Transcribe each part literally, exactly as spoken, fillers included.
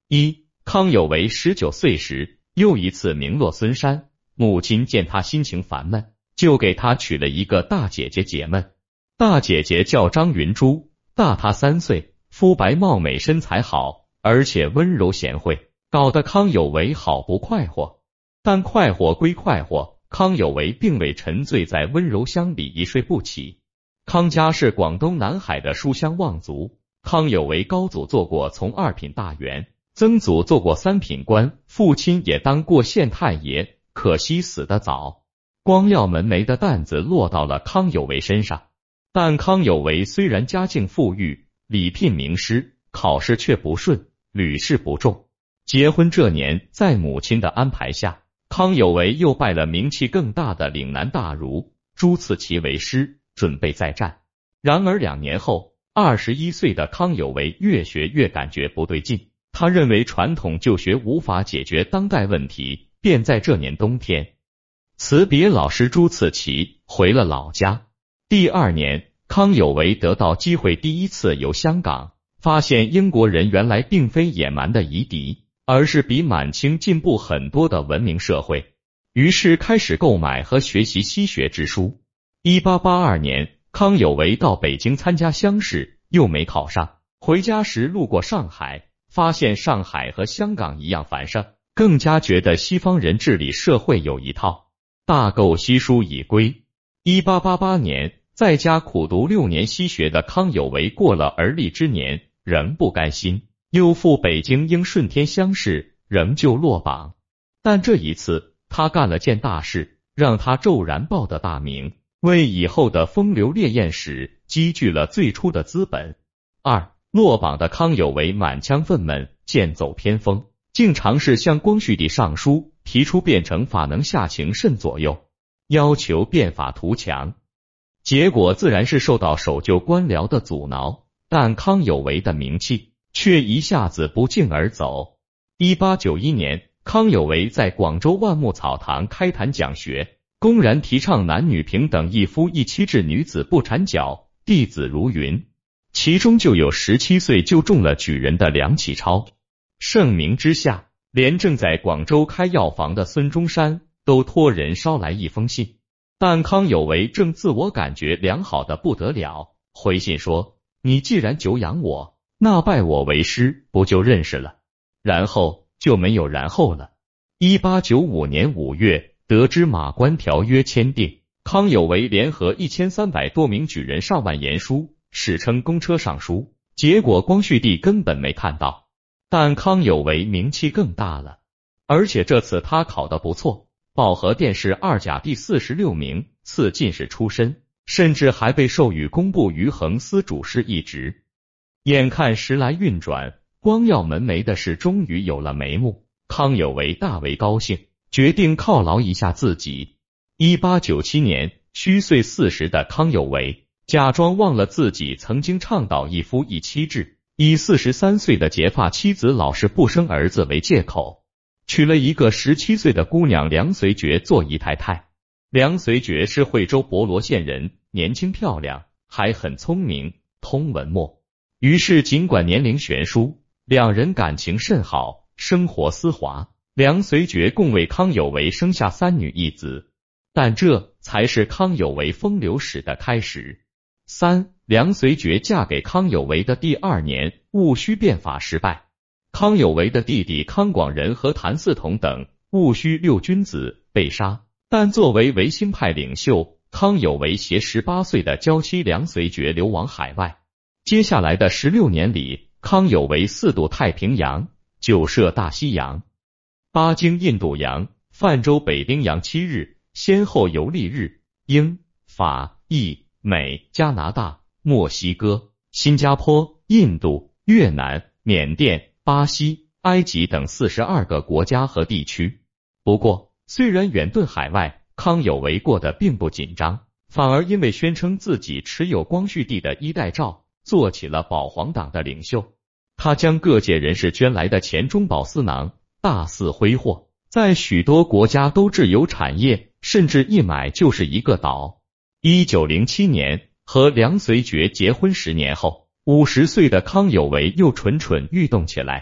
一、康有为十九岁时，又一次名落孙山，母亲见他心情烦闷，就给他娶了一个大姐姐解闷。大姐姐叫张云珠，大他三岁，肤白貌美，身材好，而且温柔贤惠，搞得康有为好不快活。但快活归快活，康有为并未沉醉在温柔乡里一睡不起。康家是广东南海的书香望族，康有为高祖做过从二品大员，曾祖做过三品官，父亲也当过县太爷，可惜死得早。光耀门楣的担子落到了康有为身上。但康有为虽然家境富裕，礼聘名师，考试却不顺，屡试不中。结婚这年，在母亲的安排下，康有为又拜了名气更大的岭南大儒朱次奇为师，准备再战。然而两年后，二十一岁的康有为越学越感觉不对劲，他认为传统就学无法解决当代问题，便在这年冬天辞别老师朱次奇，回了老家。第二年，康有为得到机会，第一次游香港，发现英国人原来并非野蛮的夷狄，而是比满清进步很多的文明社会，于是开始购买和学习西学之书。一八八二年，康有为到北京参加乡试，又没考上，回家时路过上海，发现上海和香港一样繁盛，更加觉得西方人治理社会有一套，大购西书以归。一八八八年，在家苦读六年西学的康有为过了而立之年，仍不甘心，又赴北京应顺天乡试，仍旧落榜。但这一次他干了件大事，让他骤然报得大名，为以后的风流烈焰史积聚了最初的资本。二、落榜的康有为满腔愤懑，剑走偏锋，竟尝试向光绪帝上书，提出变成法能下情甚左右，要求变法图强。结果自然是受到守旧官僚的阻挠，但康有为的名气却一下子不胫而走。一八九一年，康有为在广州万木草堂开坛讲学，公然提倡男女平等，一夫一妻制，女子不缠脚，弟子如云。其中就有十七岁就中了举人的梁启超。盛名之下，连正在广州开药房的孙中山都托人捎来一封信。但康有为正自我感觉良好的不得了，回信说：你既然久仰我，那拜我为师不就认识了？然后就没有然后了。一八九五年五月，得知马关条约签订，康有为联合一千三百多名举人上万言书，史称公车上书，结果光绪帝根本没看到。但康有为名气更大了，而且这次他考得不错，报和殿试二甲第四十六名，赐进士出身，甚至还被授予工部余衡司主事一职。眼看时来运转，光耀门楣的事终于有了眉目，康有为大为高兴，决定犒劳一下自己。一八九七年，虚岁四十的康有为假装忘了自己曾经倡导一夫一妻制，以四十三岁的结发妻子老是不生儿子为借口，娶了一个十七岁的姑娘梁随觉做姨太太。梁随觉是惠州博罗县人，年轻漂亮，还很聪明，通文墨。于是尽管年龄悬殊，两人感情甚好，生活丝滑。梁随觉共为康有为生下三女一子，但这才是康有为风流史的开始。三、梁随觉嫁给康有为的第二年，戊戌变法失败，康有为的弟弟康广仁和谭嗣同等戊戌六君子被杀。但作为维新派领袖，康有为携十八岁的娇妻梁随觉流亡海外。接下来的十六年里，康有为四渡太平洋，九涉大西洋，八经印度洋，泛舟北冰洋七日，先后游历日、英、法、意、美、加拿大、墨西哥、新加坡、印度、越南、缅甸、巴西、埃及等四十二个国家和地区。不过，虽然远遁海外，康有为过得并不紧张，反而因为宣称自己持有光绪帝的衣带诏，做起了保皇党的领袖。他将各界人士捐来的钱中饱私囊，大肆挥霍，在许多国家都置有产业，甚至一买就是一个岛。一九零七年，和梁随觉结婚十年后，五十岁的康有为又蠢蠢欲动起来。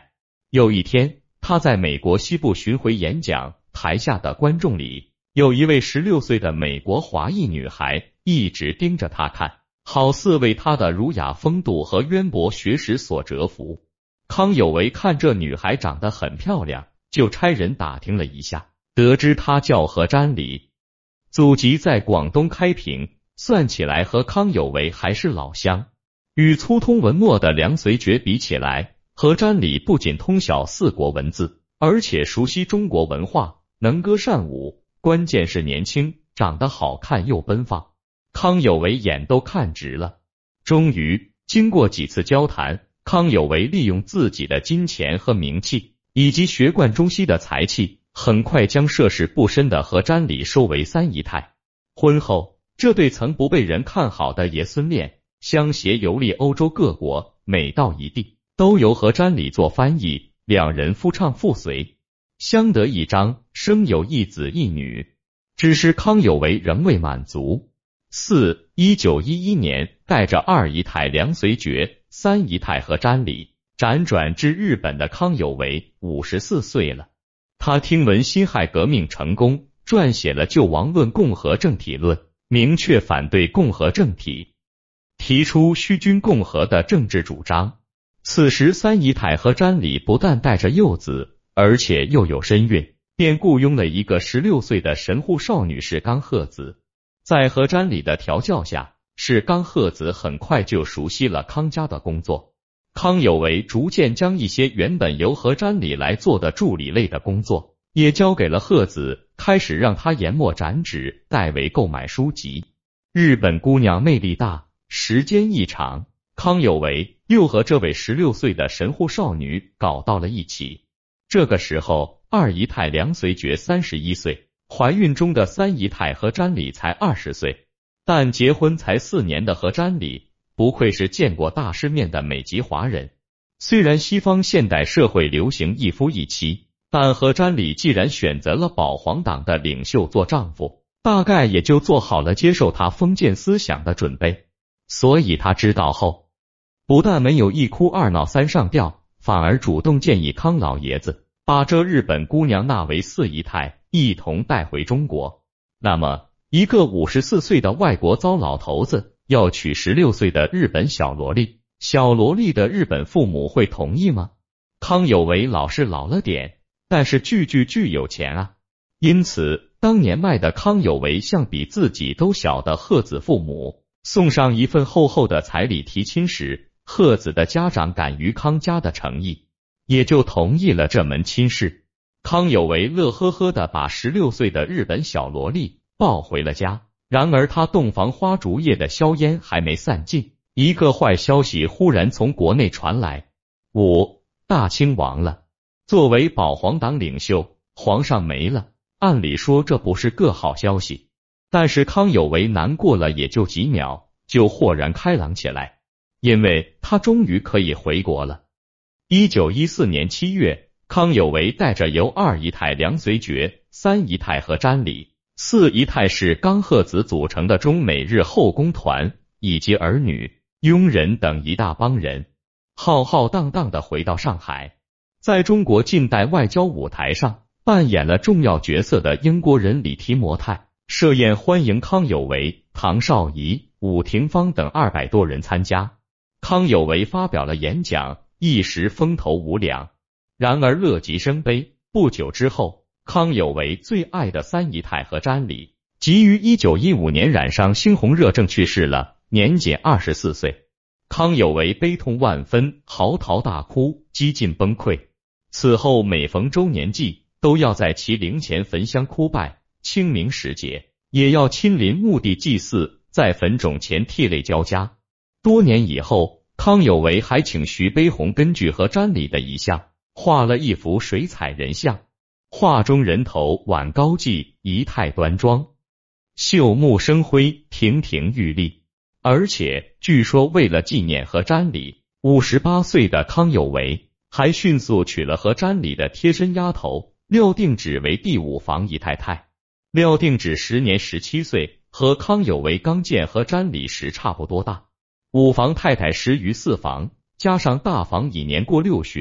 有一天，他在美国西部巡回演讲，台下的观众里有一位十六岁的美国华裔女孩一直盯着他看，好似为他的儒雅风度和渊博学识所折服。康有为看这女孩长得很漂亮，就差人打听了一下，得知她叫何占理，祖籍在广东开平，算起来和康有为还是老乡。与粗通文墨的梁随觉比起来，何占理不仅通晓四国文字，而且熟悉中国文化，能歌善舞，关键是年轻，长得好看又奔放。康有为眼都看直了。终于，经过几次交谈，康有为利用自己的金钱和名气，以及学贯中西的才气，很快将涉世不深的何占理收为三姨太。婚后，这对曾不被人看好的爷孙恋相携游历欧洲各国，每到一地，都由何占理做翻译，两人夫唱妇随，相得益彰，生有一子一女。只是康有为仍未满足。四一九一一年，带着二姨太梁随觉、三姨太何占理辗转至日本的康有为五十四岁了。他听闻辛亥革命成功，撰写了《救亡论》《共和政体论》，明确反对共和政体，提出虚君共和的政治主张。此时三姨太何占理不但带着幼子，而且又有身孕，便雇佣了一个十六岁的神户少女是冈鹤子。在何占理的调教下，是冈鹤子很快就熟悉了康家的工作。康有为逐渐将一些原本由何占理来做的助理类的工作也交给了鹤子，开始让他研墨展纸，代为购买书籍。日本姑娘魅力大，时间一长，康有为又和这位十六岁的神户少女搞到了一起。这个时候，二姨太梁随觉三十一岁，怀孕中的三姨太何占理才二十岁。但结婚才四年的何占理，不愧是见过大世面的美籍华人。虽然西方现代社会流行一夫一妻，但何占理既然选择了保皇党的领袖做丈夫，大概也就做好了接受他封建思想的准备。所以他知道后，不但没有一哭二闹三上吊，反而主动建议康老爷子把这日本姑娘纳为四姨太，一同带回中国。那么，一个五十四岁的外国糟老头子要娶十六岁的日本小萝莉，小萝莉的日本父母会同意吗？康有为老是老了点，但是句句句有钱啊。因此，当年迈的康有为向比自己都小的鹤子父母送上一份厚厚的彩礼提亲时，鹤子的家长感于康家的诚意，也就同意了这门亲事。康有为乐呵呵地把十六岁的日本小萝莉抱回了家。然而他洞房花烛夜的硝烟还没散尽，一个坏消息忽然从国内传来：五大清亡了。作为保皇党领袖，皇上没了，按理说这不是个好消息。但是康有为难过了也就几秒，就豁然开朗起来，因为他终于可以回国了。一九一四年七月，康有为带着由二姨太梁随觉、三姨太何占理、四姨太是冈鹤子组成的中美日后宫团，以及儿女、佣人等一大帮人，浩浩荡荡地回到上海。在中国近代外交舞台上扮演了重要角色的英国人李提摩太设宴欢迎康有为、唐绍仪、伍廷芳等二百多人参加。康有为发表了演讲，一时风头无两。然而乐极生悲，不久之后，康有为最爱的三姨太何占理即于一九一五年染上猩红热症去世了，年仅二十四岁。康有为悲痛万分，嚎啕大哭，几近崩溃。此后每逢周年祭，都要在其灵前焚香哭拜，清明时节也要亲临墓地祭祀，在坟冢前涕泪交加。多年以后，康有为还请徐悲鸿根据何占理的遗像画了一幅水彩人像，画中人头挽高髻，仪态端庄，秀目生辉，亭亭玉立。而且据说为了纪念何占理，五十八岁的康有为还迅速娶了何占理的贴身丫头廖定芷为第五房姨太太。廖定芷时年十七岁，和康有为刚见何占理时差不多大。五房太太十余四房，加上大房已年过六旬，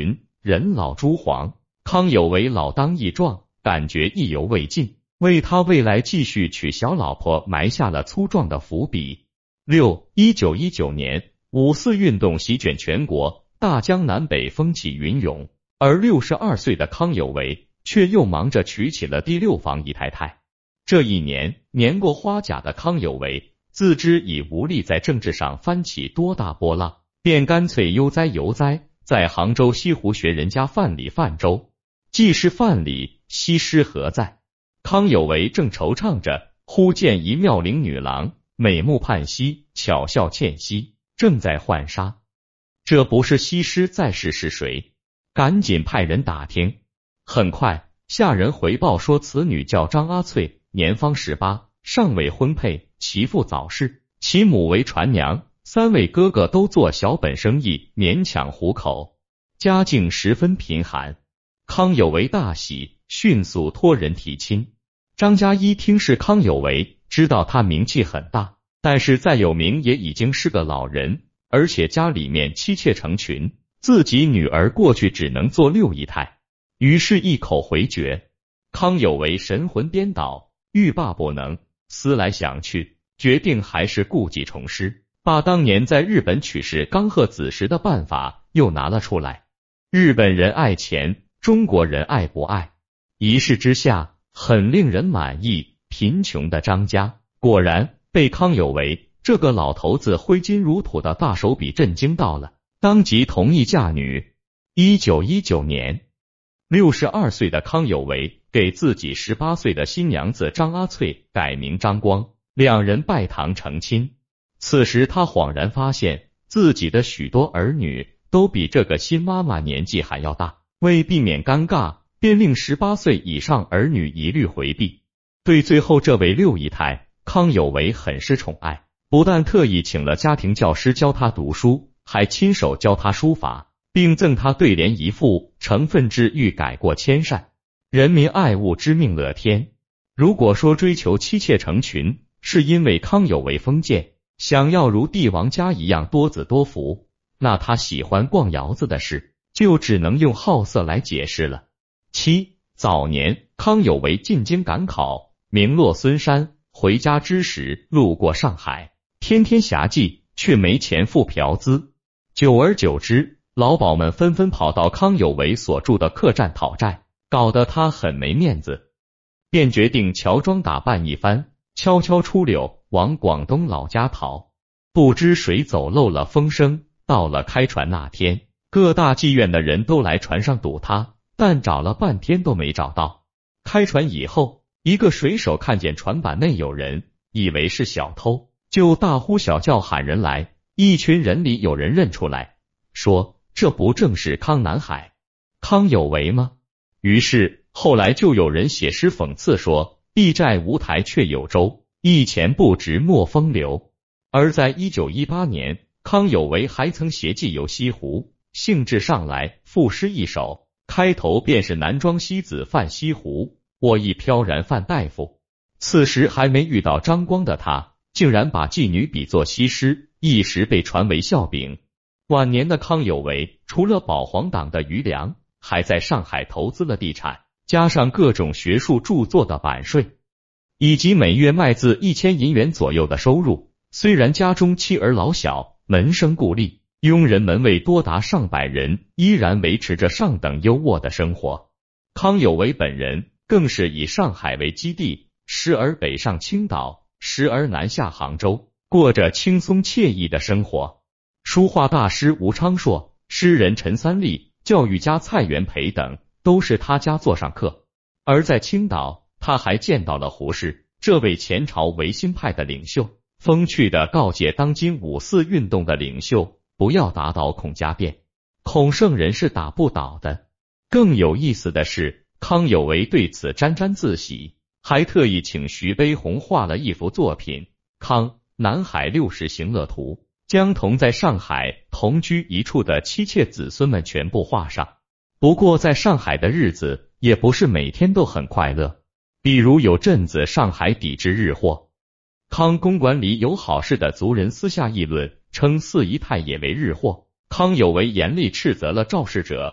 人老珠黄，康有为老当益壮，感觉意犹未尽，为他未来继续娶小老婆埋下了粗壮的伏笔。六，一九一九年，五四运动席卷全国，大江南北风起云涌，而六十二岁的康有为却又忙着娶起了第六房姨太太。这一年，年过花甲的康有为自知已无力在政治上翻起多大波浪，便干脆悠哉悠哉，在杭州西湖学人家范蠡泛舟。既是范蠡，西施何在？康有为正惆怅着，忽见一妙龄女郎，美目盼兮，巧笑倩兮，正在浣纱。这不是西施在世是谁？赶紧派人打听。很快，下人回报说此女叫张阿翠，年方十八，尚未婚配，其父早逝，其母为船娘，三位哥哥都做小本生意，勉强糊口，家境十分贫寒。康有为大喜，迅速托人提亲。张家一听是康有为，知道他名气很大，但是再有名也已经是个老人，而且家里面妻妾成群，自己女儿过去只能做六姨太，于是一口回绝。康有为神魂颠倒，欲罢不能，思来想去，决定还是故技重施，把当年在日本取士冈贺子时的办法又拿了出来。日本人爱钱，中国人爱不爱？一试之下，很令人满意。贫穷的张家果然被康有为这个老头子挥金如土的大手笔震惊到了，当即同意嫁女。一九一九年，六十二岁的康有为给自己十八岁的新娘子张阿翠改名张光，两人拜堂成亲。此时他恍然发现，自己的许多儿女都比这个新妈妈年纪还要大，为避免尴尬，便令十八岁以上儿女一律回避。对最后这位六姨太，康有为很是宠爱，不但特意请了家庭教师教她读书，还亲手教她书法，并赠她对联一副，成分之欲改过迁善，人民爱物之命乐天。如果说追求妻妾成群是因为康有为封建，想要如帝王家一样多子多福，那他喜欢逛窑子的事就只能用好色来解释了。七，早年康有为进京赶考，名落孙山，回家之时路过上海，天天侠妓，却没钱付嫖资。久而久之，老鸨们纷纷跑到康有为所住的客栈讨债，搞得他很没面子，便决定乔装打扮一番，悄悄出溜往广东老家逃。不知谁走漏了风声，到了开船那天，各大妓院的人都来船上堵他，但找了半天都没找到。开船以后，一个水手看见船板内有人，以为是小偷，就大呼小叫喊人来。一群人里有人认出来，说这不正是康南海、康有为吗？于是后来就有人写诗讽刺说，避债无台却有舟，一钱不值莫风流。而在一九一八年，康有为还曾携妓游西湖，兴致上来赋诗一首，开头便是南庄西子泛西湖，我亦飘然范大夫。此时还没遇到张光的他，竟然把妓女比作西施，一时被传为笑柄。晚年的康有为除了保皇党的余粮，还在上海投资了地产，加上各种学术著作的版税，以及每月卖自一千银元左右的收入。虽然家中妻儿老小，门生故吏，佣人门卫多达上百人，依然维持着上等优渥的生活。康有为本人更是以上海为基地，时而北上青岛，时而南下杭州，过着轻松惬意的生活。书画大师吴昌硕、诗人陈三立、教育家蔡元培等都是他家座上客。而在青岛，他还见到了胡适，这位前朝维新派的领袖，风趣地告诫当今五四运动的领袖不要打倒孔家店，孔圣人是打不倒的。更有意思的是，康有为对此沾沾自喜，还特意请徐悲鸿画了一幅作品《康南海六十行乐图》，将同在上海同居一处的妻妾子孙们全部画上。不过在上海的日子也不是每天都很快乐，比如有阵子上海抵制日货，康公馆里有好事的族人私下议论，称四姨太也为日货。康有为严厉斥责了肇事者，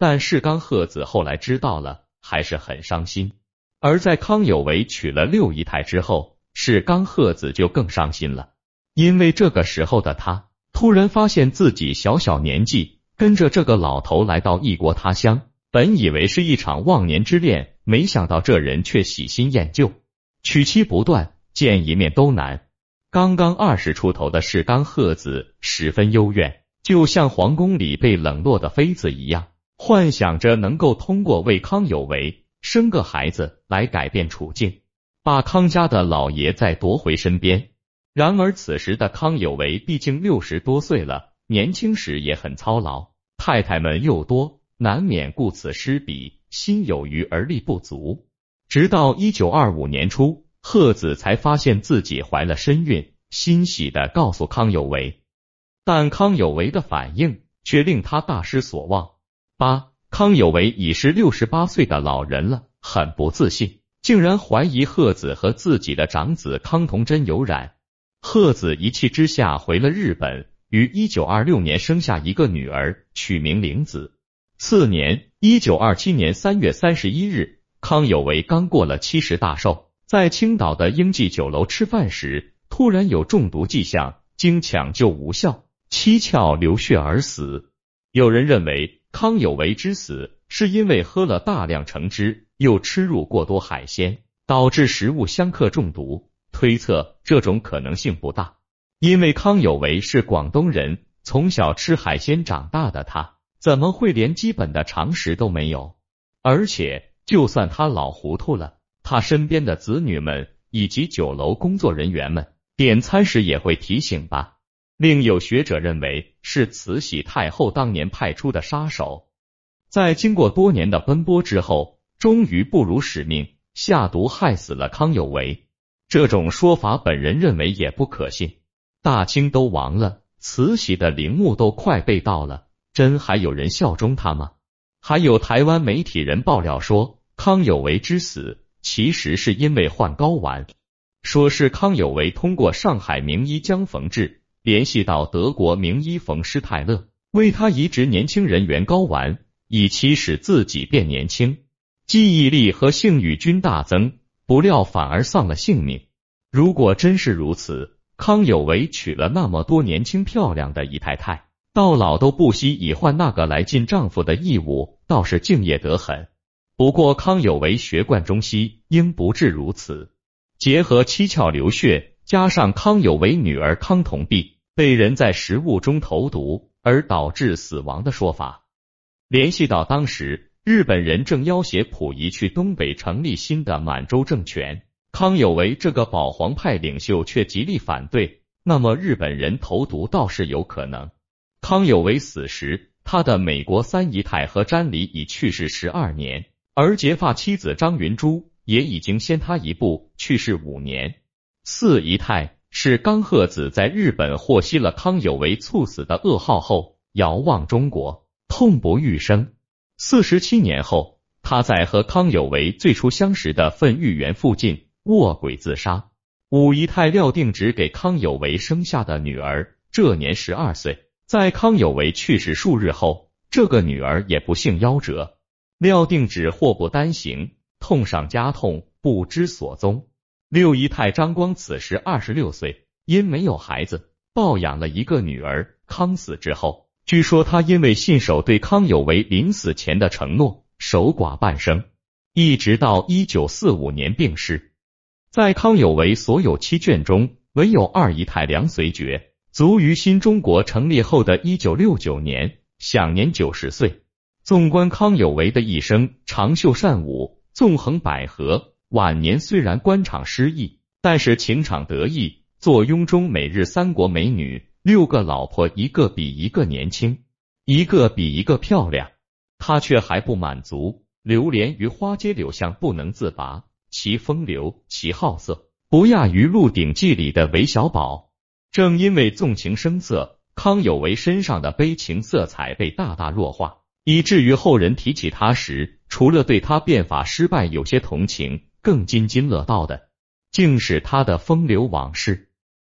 但是冈鹤子后来知道了，还是很伤心。而在康有为娶了六姨太之后，是冈鹤子就更伤心了，因为这个时候的她突然发现自己小小年纪跟着这个老头来到异国他乡，本以为是一场忘年之恋，没想到这人却喜新厌旧，娶妻不断，见一面都难。刚刚二十出头的是冈鹤子十分幽怨，就像皇宫里被冷落的妃子一样，幻想着能够通过为康有为生个孩子来改变处境，把康家的老爷再夺回身边。然而此时的康有为毕竟六十多岁了，年轻时也很操劳，太太们又多，难免顾此失彼，心有余而力不足。直到一九二五年初，鹤子才发现自己怀了身孕，欣喜地告诉康有为，但康有为的反应却令他大失所望。八康有为已是六十八岁的老人了，很不自信，竟然怀疑鹤子和自己的长子康同真有染。鹤子一气之下回了日本，于一九二六年生下一个女儿，取名玲子。次年一九二七年三月三十一日，康有为刚过了七十大寿，在青岛的英记酒楼吃饭时，突然有中毒迹象，经抢救无效，七窍流血而死。有人认为康有为之死是因为喝了大量橙汁，又吃入过多海鲜，导致食物相克中毒。推测这种可能性不大，因为康有为是广东人，从小吃海鲜长大的他，怎么会连基本的常识都没有？而且就算他老糊涂了，他身边的子女们以及酒楼工作人员们点餐时也会提醒吧。另有学者认为是慈禧太后当年派出的杀手，在经过多年的奔波之后，终于不辱使命，下毒害死了康有为。这种说法本人认为也不可信，大清都亡了，慈禧的陵墓都快被盗了，真还有人效忠他吗？还有台湾媒体人爆料说，康有为之死其实是因为患睾丸，说是康有为通过上海名医江逢志联系到德国名医冯施泰勒，为他移植年轻人原睾丸，以期使自己变年轻，记忆力和性欲均大增，不料反而丧了性命。如果真是如此，康有为娶了那么多年轻漂亮的姨太太，到老都不惜以换那个来尽丈夫的义务，倒是敬业得很。不过康有为学贯中西，应不至如此。结合七窍流血，加上康有为女儿康同弼被人在食物中投毒而导致死亡的说法，联系到当时日本人正要挟溥仪去东北成立新的满洲政权，康有为这个保皇派领袖却极力反对，那么日本人投毒倒是有可能。康有为死时，他的美国三姨太和詹里已去世十二年，而结发妻子张云珠也已经先他一步去世五年。四姨太是冈鹤子在日本获悉了康有为猝死的噩耗后，遥望中国，痛不欲生。四十七年后，他在和康有为最初相识的奋玉园附近卧轨自杀。五姨太廖定直给康有为生下的女儿，这年十二岁，在康有为去世数日后，这个女儿也不幸夭折。廖定直祸不单行，痛上加痛，不知所踪。六姨太张光此时二十六岁，因没有孩子，抱养了一个女儿。康死之后，据说他因为信守对康有为临死前的承诺，守寡半生，一直到一九四五年病逝。在康有为所有七卷中，唯有二姨太梁随爵，卒于新中国成立后的一九六九年，享年九十岁。纵观康有为的一生，长袖善舞，纵横捭阖，晚年虽然官场失意，但是情场得意，坐拥中每日三国美女，六个老婆，一个比一个年轻，一个比一个漂亮。他却还不满足，流连于花街柳巷不能自拔，其风流，其好色，不亚于《鹿鼎记》里的韦小宝。正因为纵情声色，康有为身上的悲情色彩被大大弱化，以至于后人提起他时，除了对他变法失败有些同情，更津津乐道的，竟是他的风流往事。